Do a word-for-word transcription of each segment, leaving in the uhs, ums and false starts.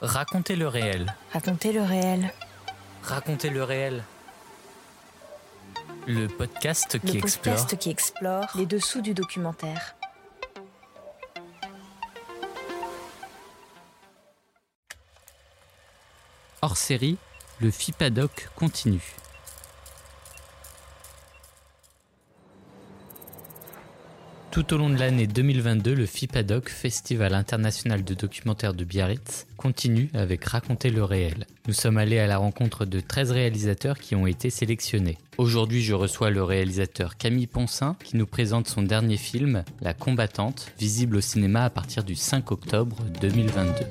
Racontez le réel. Racontez le réel. Racontez le réel. Le podcast qui Le explore. podcast qui explore les dessous du documentaire. Hors série, le FIPADOC continue. Tout au long de l'année deux mille vingt-deux, le FIPADOC, Festival international de documentaire de Biarritz, continue avec Raconter le réel. Nous sommes allés à la rencontre de treize réalisateurs qui ont été sélectionnés. Aujourd'hui, je reçois le réalisateur Camille Poncin qui nous présente son dernier film, La Combattante, visible au cinéma à partir du cinq octobre deux mille vingt-deux.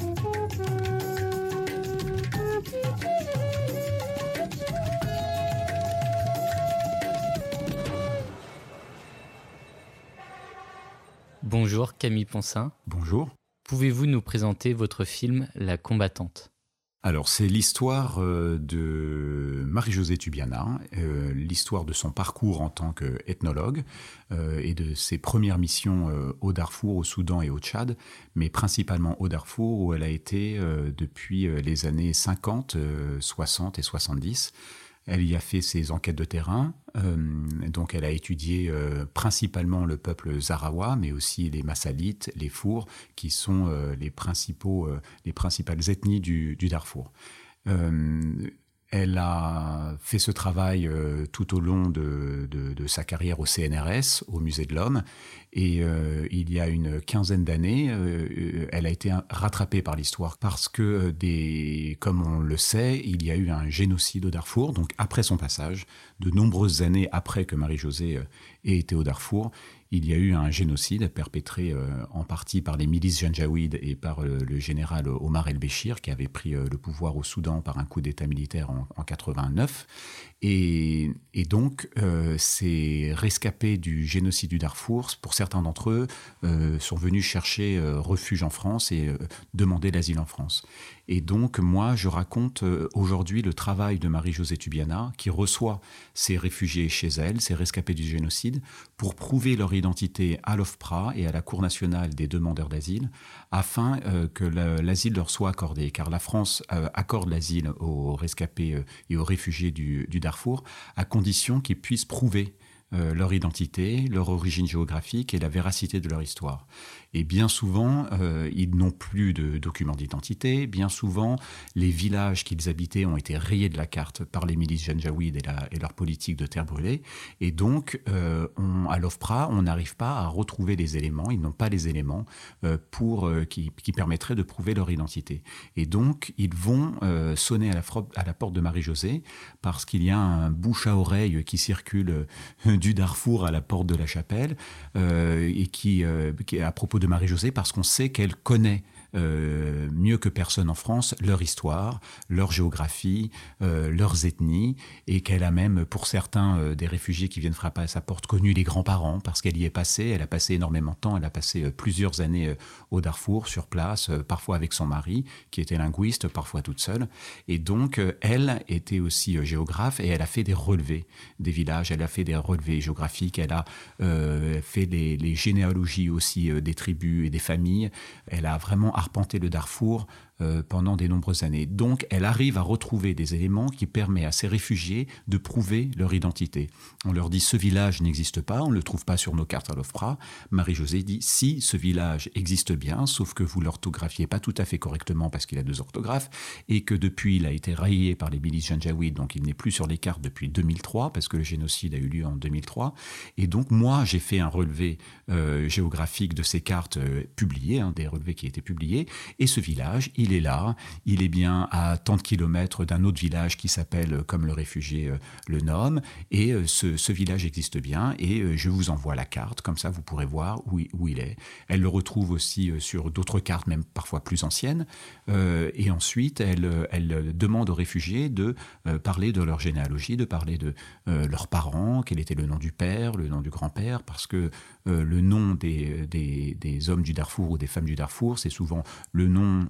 Bonjour Camille Poncin. Bonjour. Pouvez-vous nous présenter votre film La Combattante ? Alors, c'est l'histoire euh, de Marie-Josée Tubiana, euh, l'histoire de son parcours en tant qu'ethnologue euh, et de ses premières missions euh, au Darfour, au Soudan et au Tchad, mais principalement au Darfour où elle a été euh, depuis euh, les années cinquante, euh, soixante et soixante-dix. Elle y a fait ses enquêtes de terrain, euh, donc elle a étudié euh, principalement le peuple Zarawa, mais aussi les Massalites, les Fours, qui sont euh, les principaux, euh, les principales ethnies du, du Darfour. Euh, Elle a fait ce travail euh, tout au long de, de, de sa carrière au C N R S, au Musée de l'Homme. Et euh, il y a une quinzaine d'années, euh, elle a été rattrapée par l'histoire parce que, des, comme on le sait, il y a eu un génocide au Darfour. Donc après son passage, de nombreuses années après que Marie-Josée euh, ait été au Darfour, il y a eu un génocide perpétré euh, en partie par les milices janjaouides et par euh, le général Omar el-Béchir qui avait pris euh, le pouvoir au Soudan par un coup d'état militaire en, en quatre-vingt-neuf. Et, et donc, euh, ces rescapés du génocide du Darfour, pour certains d'entre eux, euh, sont venus chercher euh, refuge en France et euh, demander l'asile en France. Et donc, moi, je raconte euh, aujourd'hui le travail de Marie-Josée Tubiana, qui reçoit ces réfugiés chez elle, ces rescapés du génocide, pour prouver leur identité à l'O F P R A et à la Cour nationale des demandeurs d'asile, afin euh, que le, l'asile leur soit accordé. Car la France euh, accorde l'asile aux rescapés euh, et aux réfugiés du, du Darfour, à condition qu'ils puissent prouver euh, leur identité, leur origine géographique et la véracité de leur histoire. Et bien souvent, euh, ils n'ont plus de documents d'identité. Bien souvent, les villages qu'ils habitaient ont été rayés de la carte par les milices janjaouides et, la, et leur politique de terre brûlée. Et donc, euh, on, à l'O F P R A, on n'arrive pas à retrouver les éléments. Ils n'ont pas les éléments euh, pour, euh, qui, qui permettraient de prouver leur identité. Et donc, ils vont euh, sonner à la, fro- à la porte de Marie-Josée parce qu'il y a un bouche à oreille qui circule euh, du Darfour à la porte de la chapelle euh, et qui, euh, qui est à propos de Marie-Josée parce qu'on sait qu'elle connaît euh, mieux que personne en France leur histoire, leur géographie, euh, leurs ethnies, et qu'elle a même, pour certains euh, des réfugiés qui viennent frapper à sa porte, connu les grands-parents parce qu'elle y est passée. Elle a passé énormément de temps, elle a passé euh, plusieurs années euh, au Darfour, sur place, euh, parfois avec son mari qui était linguiste, parfois toute seule. Et donc euh, elle était aussi euh, géographe et elle a fait des relevés des villages, elle a fait des relevés géographiques, elle a euh, fait les, les généalogies aussi euh, des tribus et des familles. Elle a vraiment arpenté le Darfour euh, pendant de nombreuses années. Donc, elle arrive à retrouver des éléments qui permettent à ces réfugiés de prouver leur identité. On leur dit, ce village n'existe pas, on ne le trouve pas sur nos cartes à l'O F P R A. Marie-Josée dit, si, ce village existe bien, sauf que vous l'orthographiez pas tout à fait correctement parce qu'il a deux orthographes, et que depuis, il a été rayé par les milices janjaouides, donc il n'est plus sur les cartes depuis deux mille trois, parce que le génocide a eu lieu en deux mille trois. Et donc, moi, j'ai fait un relevé euh, géographique de ces cartes euh, publiées, hein, des relevés qui étaient publiés, et ce village, il est là, il est bien à tant de kilomètres d'un autre village qui s'appelle, comme le réfugié euh, le nomme, et euh, ce, ce village existe bien, et euh, je vous envoie la carte, comme ça vous pourrez voir où, où il est. Elle le retrouve aussi euh, sur d'autres cartes, même parfois plus anciennes, euh, et ensuite elle, elle demande aux réfugiés de euh, parler de leur généalogie, de parler de euh, leurs parents, quel était le nom du père, le nom du grand-père, parce que euh, le nom des, des, des hommes du Darfour ou des femmes du Darfour, c'est souvent le nom, euh, un nom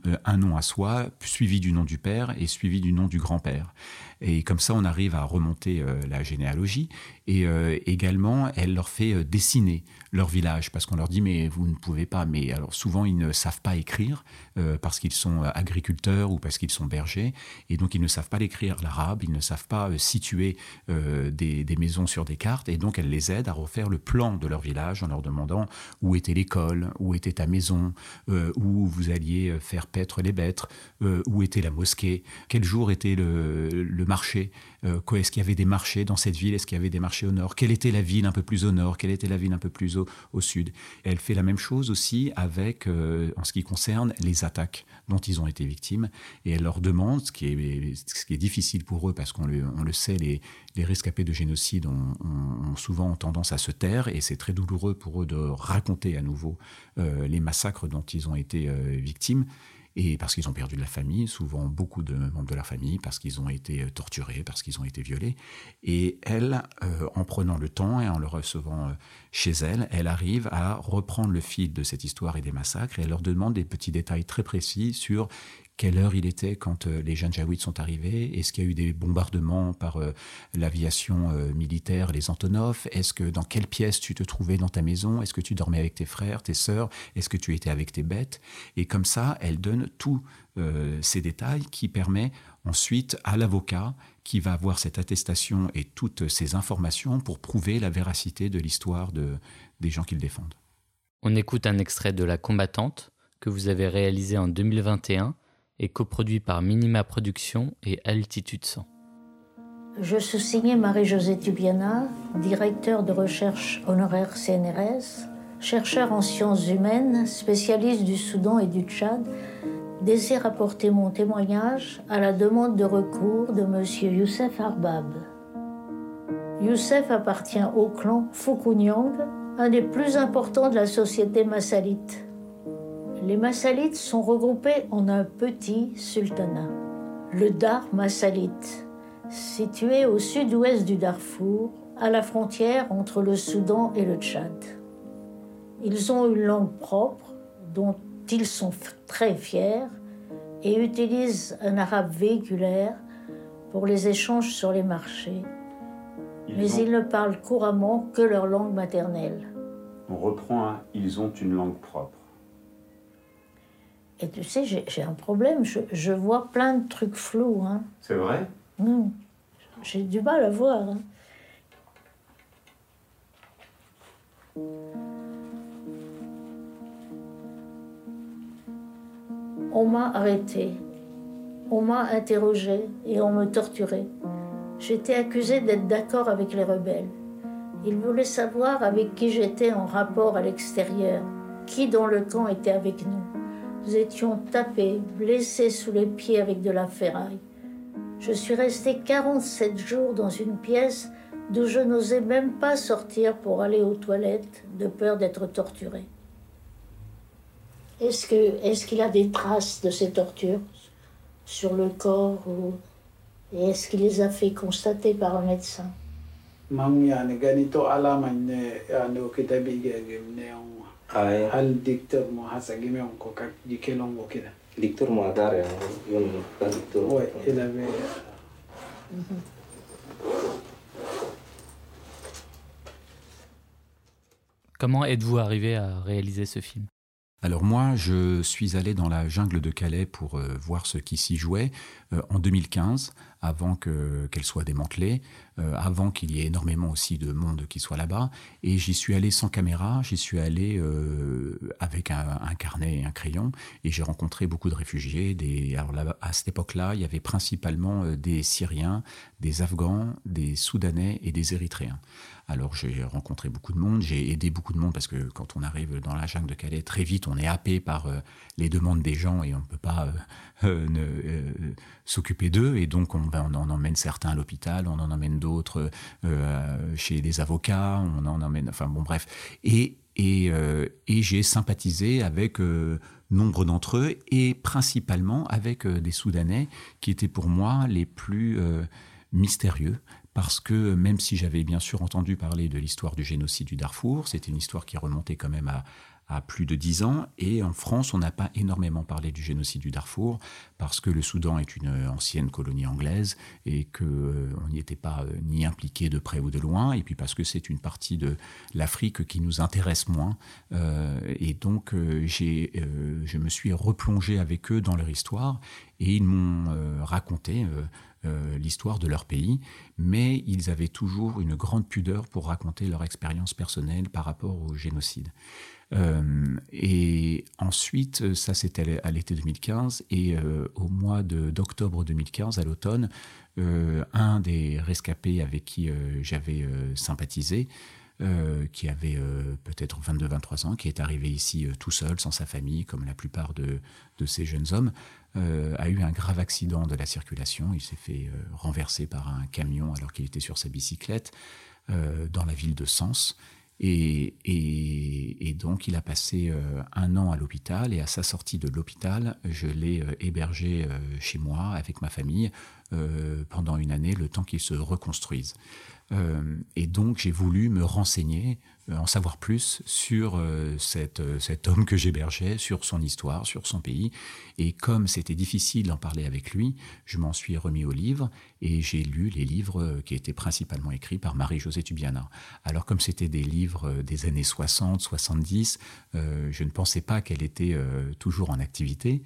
nom à soi, suivi du nom du père et suivi du nom du grand-père. Et comme ça, on arrive à remonter euh, la généalogie. Et euh, également, elle leur fait euh, dessiner leur village, parce qu'on leur dit « mais vous ne pouvez pas ». Mais alors souvent, ils ne savent pas écrire, euh, parce qu'ils sont agriculteurs ou parce qu'ils sont bergers. Et donc, ils ne savent pas l'écrire l'arabe, ils ne savent pas euh, situer euh, des, des maisons sur des cartes. Et donc, elle les aide à refaire le plan de leur village en leur demandant où était l'école, où était ta maison, euh, où vous alliez faire paître les bêtes, euh, où était la mosquée, quel jour était le, le marché, euh, quoi, est-ce qu'il y avait des marchés dans cette ville, est-ce qu'il y avait des marchés au nord, quelle était la ville un peu plus au nord, quelle était la ville un peu plus au, au sud. Elle fait la même chose aussi avec, euh, en ce qui concerne les attaques dont ils ont été victimes, et elle leur demande, ce qui est, ce qui est difficile pour eux, parce qu'on le, on le sait, les, les rescapés de génocide ont, ont, ont souvent tendance à se taire, et c'est très douloureux pour eux de raconter à nouveau euh, les massacres dont ils ont été euh, victimes. Et parce qu'ils ont perdu de la famille, souvent beaucoup de membres de leur famille, parce qu'ils ont été torturés, parce qu'ils ont été violés. Et elle, euh, en prenant le temps et en le recevant euh, chez elle, elle arrive à reprendre le fil de cette histoire et des massacres, et elle leur demande des petits détails très précis sur quelle heure il était quand euh, les Janjaouides sont arrivés, est-ce qu'il y a eu des bombardements par euh, l'aviation euh, militaire, les Antonov, est-ce que dans quelle pièce tu te trouvais dans ta maison, est-ce que tu dormais avec tes frères, tes sœurs, est-ce que tu étais avec tes bêtes, et comme ça, elle donne tous euh, ces détails qui permet ensuite à l'avocat qui va avoir cette attestation et toutes ces informations pour prouver la véracité de l'histoire de, des gens qu'ils défendent. On écoute un extrait de La Combattante que vous avez réalisé en deux mille vingt et un et coproduit par Minima Productions et Altitude cent. Je suis signée Marie-Josée Tubiana, directeur de recherche honoraire C N R S, chercheur en sciences humaines, spécialiste du Soudan et du Tchad, désire apporter mon témoignage à la demande de recours de M. Youssef Arbab. Youssef appartient au clan Fukuniang, un des plus importants de la société massalite. Les Massalites sont regroupés en un petit sultanat, le Dar Massalite, situé au sud-ouest du Darfour, à la frontière entre le Soudan et le Tchad. Ils ont une langue propre, dont ils sont très fiers, et utilisent un arabe véhiculaire pour les échanges sur les marchés. Ils Mais ont... ils ne parlent couramment que leur langue maternelle. On reprend un « ils ont une langue propre ». Et tu sais, j'ai, j'ai un problème, je, je vois plein de trucs flous. Hein. C'est vrai ? Mmh. J'ai du mal à voir. Hein. On m'a arrêté, on m'a interrogé et on me torturait. J'étais accusée d'être d'accord avec les rebelles. Ils voulaient savoir avec qui j'étais en rapport à l'extérieur, qui dans le camp était avec nous. Nous étions tapés, blessés sous les pieds avec de la ferraille. Je suis restée quarante-sept jours dans une pièce d'où je n'osais même pas sortir pour aller aux toilettes, de peur d'être torturée. Est-ce que, est-ce qu'il a des traces de ces tortures sur le corps ou... Et est-ce qu'il les a fait constater par un médecin? Hal dicteur mo hasa gime on ko kak dikelon go kida dicteur mo adare yon pas dicteur ouais il avait Comment êtes-vous arrivé à réaliser ce film ? Alors moi, je suis allé dans la jungle de Calais pour euh, voir ce qui s'y jouait euh, en deux mille quinze, avant que, qu'elle soit démantelée, euh, avant qu'il y ait énormément aussi de monde qui soit là-bas. Et j'y suis allé sans caméra, j'y suis allé euh, avec un, un carnet et un crayon, et j'ai rencontré beaucoup de réfugiés. Des, alors là, à cette époque-là, il y avait principalement euh, des Syriens, des Afghans, des Soudanais et des Érythréens. Alors j'ai rencontré beaucoup de monde, j'ai aidé beaucoup de monde parce que quand on arrive dans la jungle de Calais, très vite on est happé par euh, les demandes des gens et on ne peut pas euh, euh, ne, euh, s'occuper d'eux. Et donc on, ben, on en emmène certains à l'hôpital, on en emmène d'autres euh, chez des avocats, on en emmène... Enfin bon bref. Et, et, euh, et j'ai sympathisé avec... Euh, nombre d'entre eux et principalement avec euh, des Soudanais qui étaient pour moi les plus euh, mystérieux. Parce que même si j'avais bien sûr entendu parler de l'histoire du génocide du Darfour, c'était une histoire qui remontait quand même à, a plus de dix ans. Et en France, on n'a pas énormément parlé du génocide du Darfour parce que le Soudan est une ancienne colonie anglaise et qu'on euh, n'y était pas euh, ni impliqué de près ou de loin. Et puis parce que c'est une partie de l'Afrique qui nous intéresse moins. Euh, et donc, euh, j'ai, euh, je me suis replongé avec eux dans leur histoire et ils m'ont euh, raconté euh, euh, l'histoire de leur pays. Mais ils avaient toujours une grande pudeur pour raconter leur expérience personnelle par rapport au génocide. Euh, et ensuite, ça c'était à l'été deux mille quinze, et euh, au mois de, d'octobre deux mille quinze, à l'automne, euh, un des rescapés avec qui euh, j'avais euh, sympathisé, euh, qui avait euh, peut-être vingt-deux vingt-trois ans, qui est arrivé ici euh, tout seul, sans sa famille, comme la plupart de, de ces jeunes hommes, euh, a eu un grave accident de la circulation. Il s'est fait euh, renverser par un camion alors qu'il était sur sa bicyclette euh, dans la ville de Sens. Et, et, et donc, il a passé euh, un an à l'hôpital, et à sa sortie de l'hôpital, je l'ai euh, hébergé euh, chez moi avec ma famille euh, pendant une année, le temps qu'il se reconstruise. Euh, et donc, j'ai voulu me renseigner, euh, en savoir plus sur euh, cette, euh, cet homme que j'hébergeais, sur son histoire, sur son pays. Et comme c'était difficile d'en parler avec lui, je m'en suis remis aux livres et j'ai lu les livres qui étaient principalement écrits par Marie-Josée Tubiana. Alors, comme c'était des livres des années soixante, soixante-dix, euh, je ne pensais pas qu'elle était euh, toujours en activité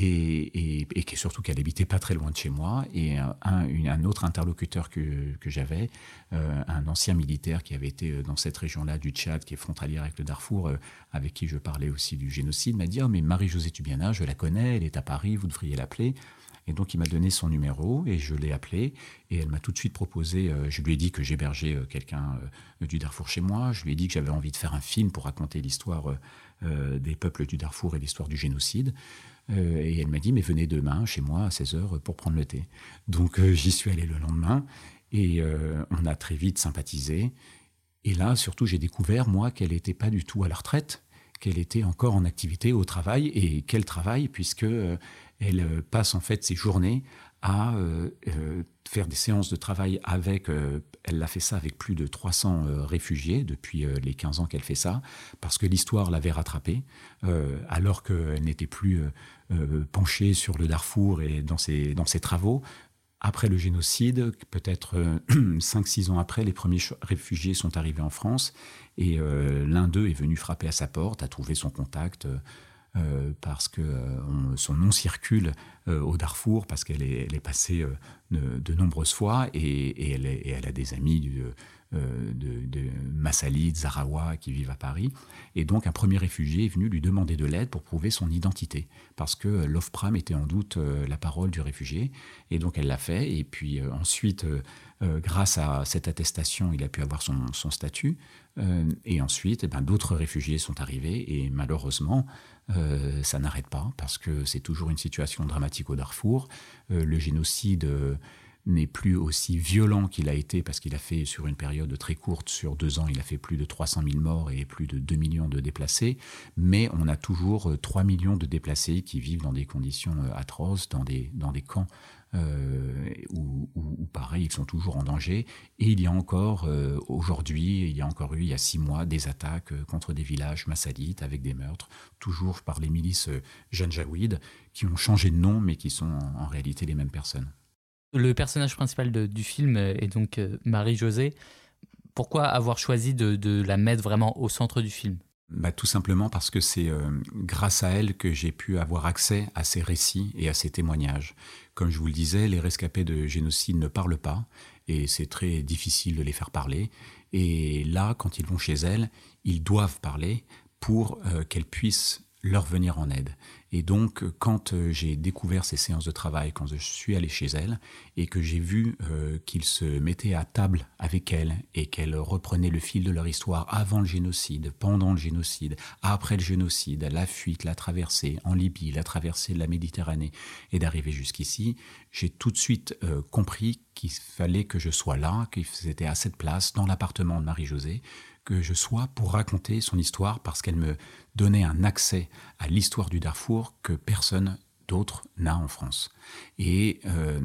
et, et, et surtout qu'elle habitait pas très loin de chez moi. Et un, une, un autre interlocuteur que, que j'avais, Euh, un ancien militaire qui avait été dans cette région-là du Tchad, qui est frontalière avec le Darfour, euh, avec qui je parlais aussi du génocide, m'a dit « Oh, mais Marie-Josée Tubiana, je la connais, elle est à Paris, vous devriez l'appeler ». Et donc, il m'a donné son numéro et je l'ai appelée. Et elle m'a tout de suite proposé, euh, je lui ai dit que j'hébergeais euh, quelqu'un euh, du Darfour chez moi. Je lui ai dit que j'avais envie de faire un film pour raconter l'histoire euh, des peuples du Darfour et l'histoire du génocide. Euh, et elle m'a dit « Mais venez demain chez moi à seize heures pour prendre le thé ». Donc, euh, j'y suis allé le lendemain. Et euh, on a très vite sympathisé. Et là, surtout, j'ai découvert, moi, qu'elle n'était pas du tout à la retraite, qu'elle était encore en activité au travail. Et quel travail, puisque euh, elle passe en fait ses journées à euh, euh, faire des séances de travail avec... Euh, elle a fait ça avec plus de trois cents euh, réfugiés depuis euh, les quinze ans qu'elle fait ça, parce que l'histoire l'avait rattrapée, euh, alors qu'elle n'était plus euh, euh, penchée sur le Darfour et dans ses, dans ses travaux. Après le génocide, peut-être euh, cinq six ans après, les premiers réfugiés sont arrivés en France et euh, l'un d'eux est venu frapper à sa porte, a trouvé son contact euh, parce que euh, on, son nom circule euh, au Darfour parce qu'elle est, elle est passée euh, de, de nombreuses fois et, et, elle, est, et elle a des amis du, euh, de, de Massali, de Zarawa qui vivent à Paris. Et donc un premier réfugié est venu lui demander de l'aide pour prouver son identité parce que euh, l'Ofpra mettait en doute euh, la parole du réfugié. Et donc elle l'a fait. Et puis euh, ensuite, euh, euh, grâce à cette attestation, il a pu avoir son, son statut. Euh, et ensuite, eh ben, d'autres réfugiés sont arrivés. Et malheureusement, euh, ça n'arrête pas parce que c'est toujours une situation dramatique au Darfour. Euh, le génocide euh, n'est plus aussi violent qu'il a été parce qu'il a fait sur une période très courte, sur deux ans, il a fait plus de trois cent mille morts et plus de deux millions de déplacés. Mais on a toujours trois millions de déplacés qui vivent dans des conditions atroces, dans des, dans des camps euh, où, où, où, pareil, ils sont toujours en danger. Et il y a encore, euh, aujourd'hui, il y a encore eu, il y a six mois, des attaques contre des villages massalites avec des meurtres, toujours par les milices janjaouides, qui ont changé de nom, mais qui sont en, en réalité les mêmes personnes. Le personnage principal de, du film est donc euh, Marie-Josée. Pourquoi avoir choisi de, de la mettre vraiment au centre du film ? Bah, tout simplement parce que c'est euh, grâce à elle que j'ai pu avoir accès à ces récits et à ces témoignages. Comme je vous le disais, les rescapés de génocide ne parlent pas et c'est très difficile de les faire parler. Et là, quand ils vont chez elle, ils doivent parler pour euh, qu'elle puisse leur venir en aide. Et donc, quand euh, j'ai découvert ces séances de travail, quand je suis allé chez elle et que j'ai vu euh, qu'ils se mettaient à table avec elle et qu'elle reprenait le fil de leur histoire avant le génocide, pendant le génocide, après le génocide, la fuite, la traversée en Libye, la traversée de la Méditerranée et d'arriver jusqu'ici, j'ai tout de suite euh, compris qu'il fallait que je sois là, que c'était à cette place, dans l'appartement de Marie-Josée, que je sois pour raconter son histoire parce qu'elle me donnait un accès à l'histoire du Darfour que personne d'autre n'a en France. Et euh,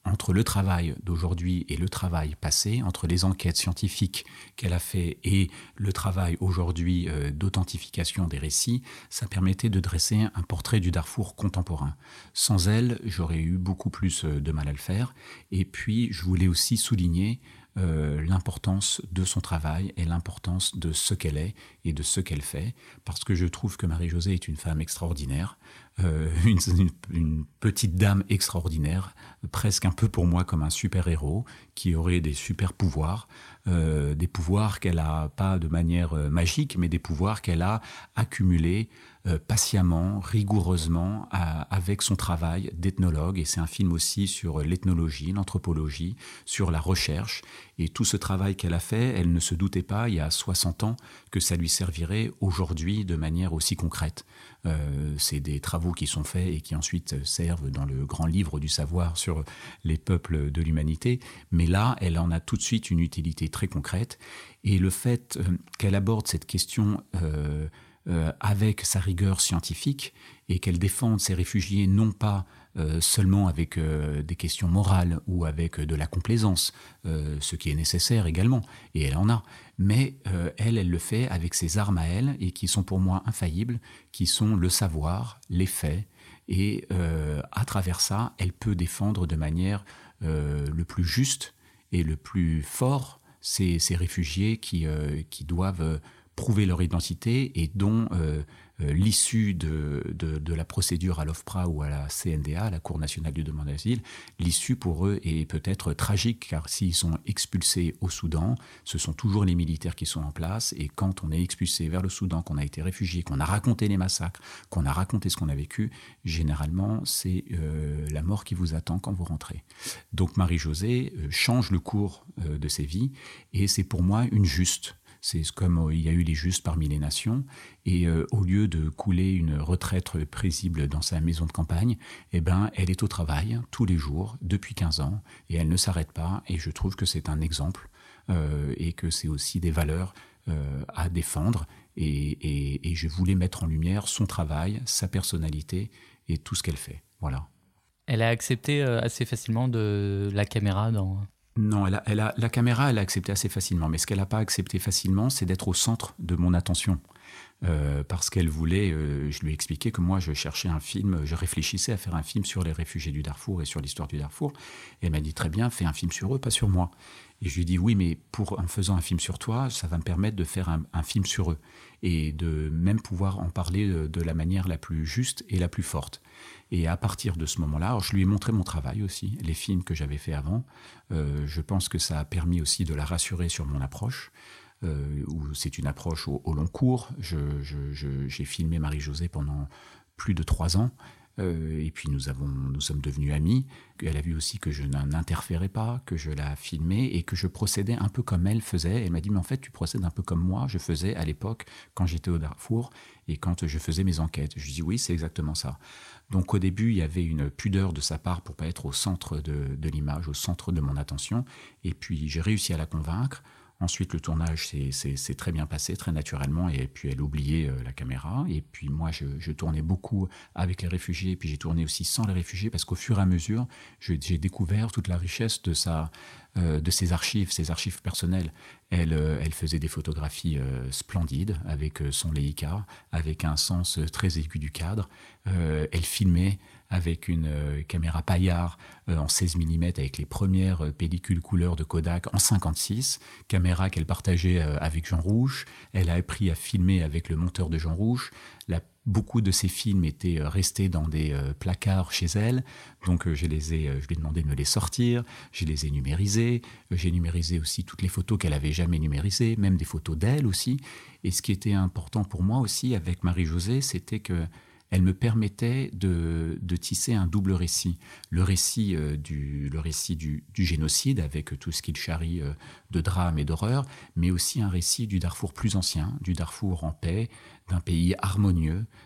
entre le travail d'aujourd'hui et le travail passé, entre les enquêtes scientifiques qu'elle a fait et le travail aujourd'hui euh, d'authentification des récits, ça permettait de dresser un portrait du Darfour contemporain. Sans elle, j'aurais eu beaucoup plus de mal à le faire. Et puis, je voulais aussi souligner Euh, l'importance de son travail et l'importance de ce qu'elle est et de ce qu'elle fait, parce que je trouve que Marie-Josée est une femme extraordinaire, euh, une, une, une petite dame extraordinaire, presque un peu pour moi comme un super-héros, qui aurait des super-pouvoirs, euh, des pouvoirs qu'elle n'a pas de manière euh, magique, mais des pouvoirs qu'elle a accumulés euh, patiemment, rigoureusement, à, avec son travail d'ethnologue. Et c'est un film aussi sur l'ethnologie, l'anthropologie, sur la recherche. Et tout ce travail qu'elle a fait, elle ne se doutait pas, il y a soixante ans, que ça lui servirait aujourd'hui de manière aussi concrète. Euh, c'est des travaux qui sont faits et qui ensuite servent dans le grand livre du savoir sur les peuples de l'humanité. Mais là, elle en a tout de suite une utilité très concrète. Et le fait euh, qu'elle aborde cette question euh, euh, avec sa rigueur scientifique et qu'elle défende ces réfugiés non pas Euh, seulement avec euh, des questions morales ou avec euh, de la complaisance, euh, ce qui est nécessaire également, et elle en a. Mais euh, elle, elle le fait avec ses armes à elle, et qui sont pour moi infaillibles, qui sont le savoir, les faits, et euh, à travers ça, elle peut défendre de manière euh, le plus juste et le plus fort ces, ces réfugiés qui, euh, qui doivent prouver leur identité et dont euh, l'issue de, de, de la procédure à l'OFPRA ou à la C N D A, la Cour nationale du demandeur d'asile, l'issue pour eux est peut-être tragique, car s'ils sont expulsés au Soudan, ce sont toujours les militaires qui sont en place, et quand on est expulsé vers le Soudan, qu'on a été réfugié, qu'on a raconté les massacres, qu'on a raconté ce qu'on a vécu, généralement c'est euh, la mort qui vous attend quand vous rentrez. Donc Marie-Josée euh, change le cours euh, de ses vies, et c'est pour moi une juste. C'est comme euh, il y a eu les justes parmi les nations, et euh, au lieu de couler une retraite paisible dans sa maison de campagne, eh ben, elle est au travail tous les jours, depuis quinze ans, et elle ne s'arrête pas, et je trouve que c'est un exemple, euh, et que c'est aussi des valeurs euh, à défendre, et, et, et je voulais mettre en lumière son travail, sa personnalité, et tout ce qu'elle fait. Voilà. Elle a accepté euh, assez facilement de la caméra dans... Non, elle a, elle a, la caméra, elle a accepté assez facilement. Mais ce qu'elle n'a pas accepté facilement, c'est d'être au centre de mon attention. Euh, parce qu'elle voulait, euh, je lui ai expliqué que moi, je cherchais un film, je réfléchissais à faire un film sur les réfugiés du Darfour et sur l'histoire du Darfour. Et elle m'a dit, très bien, fais un film sur eux, pas sur moi. Et je lui ai dit, oui, mais pour, en faisant un film sur toi, ça va me permettre de faire un, un film sur eux. Et de même pouvoir en parler de, de la manière la plus juste et la plus forte. Et à partir de ce moment-là, alors je lui ai montré mon travail aussi, les films que j'avais fait avant. Euh, je pense que ça a permis aussi de la rassurer sur mon approche, euh, où c'est une approche au, au long cours. Je, je, je, j'ai filmé Marie-Josée pendant plus de trois ans. Euh, et puis nous, avons, nous sommes devenus amis. Elle a vu aussi que je n'interférais pas, que je la filmais et que je procédais un peu comme elle faisait. Elle m'a dit, mais en fait, tu procèdes un peu comme moi, je faisais à l'époque quand j'étais au Darfour et quand je faisais mes enquêtes. Je lui dis, oui, c'est exactement ça. Donc au début, il y avait une pudeur de sa part pour ne pas être au centre de, de l'image, au centre de mon attention. Et puis j'ai réussi à la convaincre. Ensuite, le tournage s'est, s'est, s'est très bien passé, très naturellement, et puis elle oubliait euh, la caméra. Et puis moi, je, je tournais beaucoup avec les réfugiés, et puis j'ai tourné aussi sans les réfugiés, parce qu'au fur et à mesure, je, j'ai découvert toute la richesse de, sa, euh, de ses archives, ses archives personnelles. Elle, euh, elle faisait des photographies euh, splendides, avec euh, son Leica, avec un sens très aigu du cadre. Euh, elle filmait avec une euh, caméra Paillard euh, en seize millimètres avec les premières euh, pellicules couleur de Kodak en cinquante-six, caméra qu'elle partageait euh, avec Jean Rouch. Elle a appris à filmer avec le monteur de Jean Rouch. La, beaucoup de ses films étaient euh, restés dans des euh, placards chez elle, donc euh, je, les ai, euh, je lui ai demandé de me les sortir, je les ai numérisés, euh, j'ai numérisé aussi toutes les photos qu'elle n'avait jamais numérisées, même des photos d'elle aussi. Et ce qui était important pour moi aussi avec Marie-Josée, c'était que elle me permettait de, de tisser un double récit. Le récit, euh, du, le récit du, du génocide, avec tout ce qu'il charrie euh, de drame et d'horreur, mais aussi un récit du Darfour plus ancien, du Darfour en paix, d'un pays harmonieux,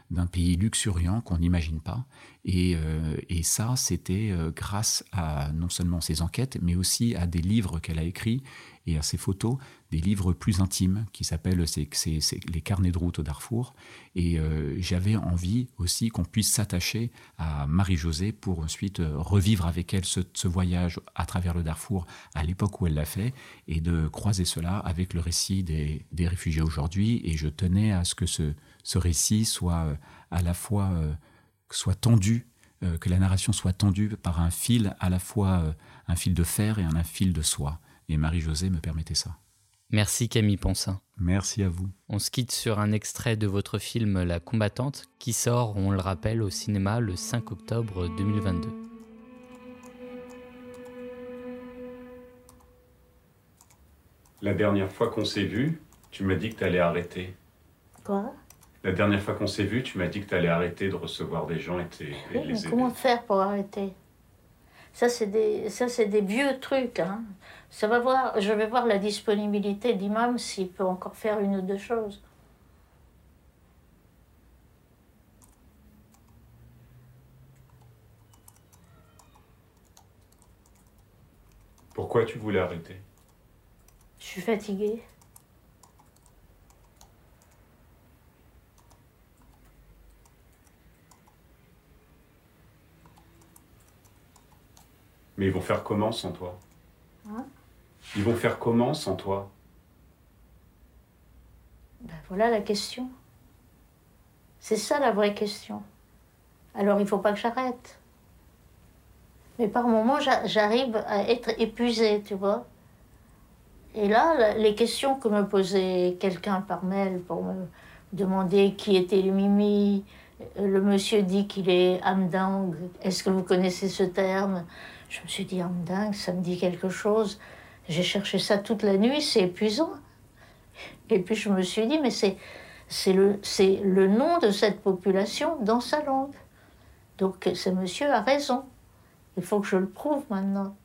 d'un pays luxuriant qu'on n'imagine pas. Et, euh, et ça, c'était euh, grâce à non seulement ses enquêtes, mais aussi à des livres qu'elle a écrits et à ses photos, des livres plus intimes qui s'appellent c'est, c'est, c'est les carnets de route au Darfour. Et euh, j'avais envie aussi qu'on puisse s'attacher à Marie-Josée pour ensuite euh, revivre avec elle ce, ce voyage à travers le Darfour à l'époque où elle l'a fait et de croiser cela avec le récit des, des réfugiés aujourd'hui. Et je tenais à ce que ce, ce récit soit euh, à la fois euh, soit tendu, euh, que la narration soit tendue par un fil à la fois euh, un fil de fer et un, un fil de soie. Et Marie-Josée me permettait ça. Merci Camille Ponsin. Merci à vous. On se quitte sur un extrait de votre film La Combattante, qui sort, on le rappelle, au cinéma le cinq octobre deux mille vingt-deux. La dernière fois qu'on s'est vu, tu m'as dit que tu allais arrêter. Quoi? La dernière fois qu'on s'est vu, tu m'as dit que tu allais arrêter de recevoir des gens et, et Oui, de mais les aider. comment faire pour arrêter? Ça, c'est des, ça, c'est des vieux trucs. Hein. Ça va voir, je vais voir la disponibilité d'Imam s'il peut encore faire une ou deux choses. Pourquoi tu voulais arrêter? Je suis fatiguée. Mais ils vont faire comment sans toi? Hein? Ils vont faire comment sans toi? Ben voilà la question. C'est ça la vraie question. Alors il ne faut pas que j'arrête. Mais par moments, j'arrive à être épuisée, tu vois. Et là, les questions que me posait quelqu'un par mail pour me demander qui était le Mimi, le monsieur dit qu'il est Amdang, est-ce que vous connaissez ce terme? Je me suis dit, Amdang, ça me dit quelque chose. J'ai cherché ça toute la nuit, c'est épuisant. Et puis je me suis dit, mais c'est, c'est, le, c'est le nom de cette population dans sa langue. Donc ce monsieur a raison. Il faut que je le prouve maintenant.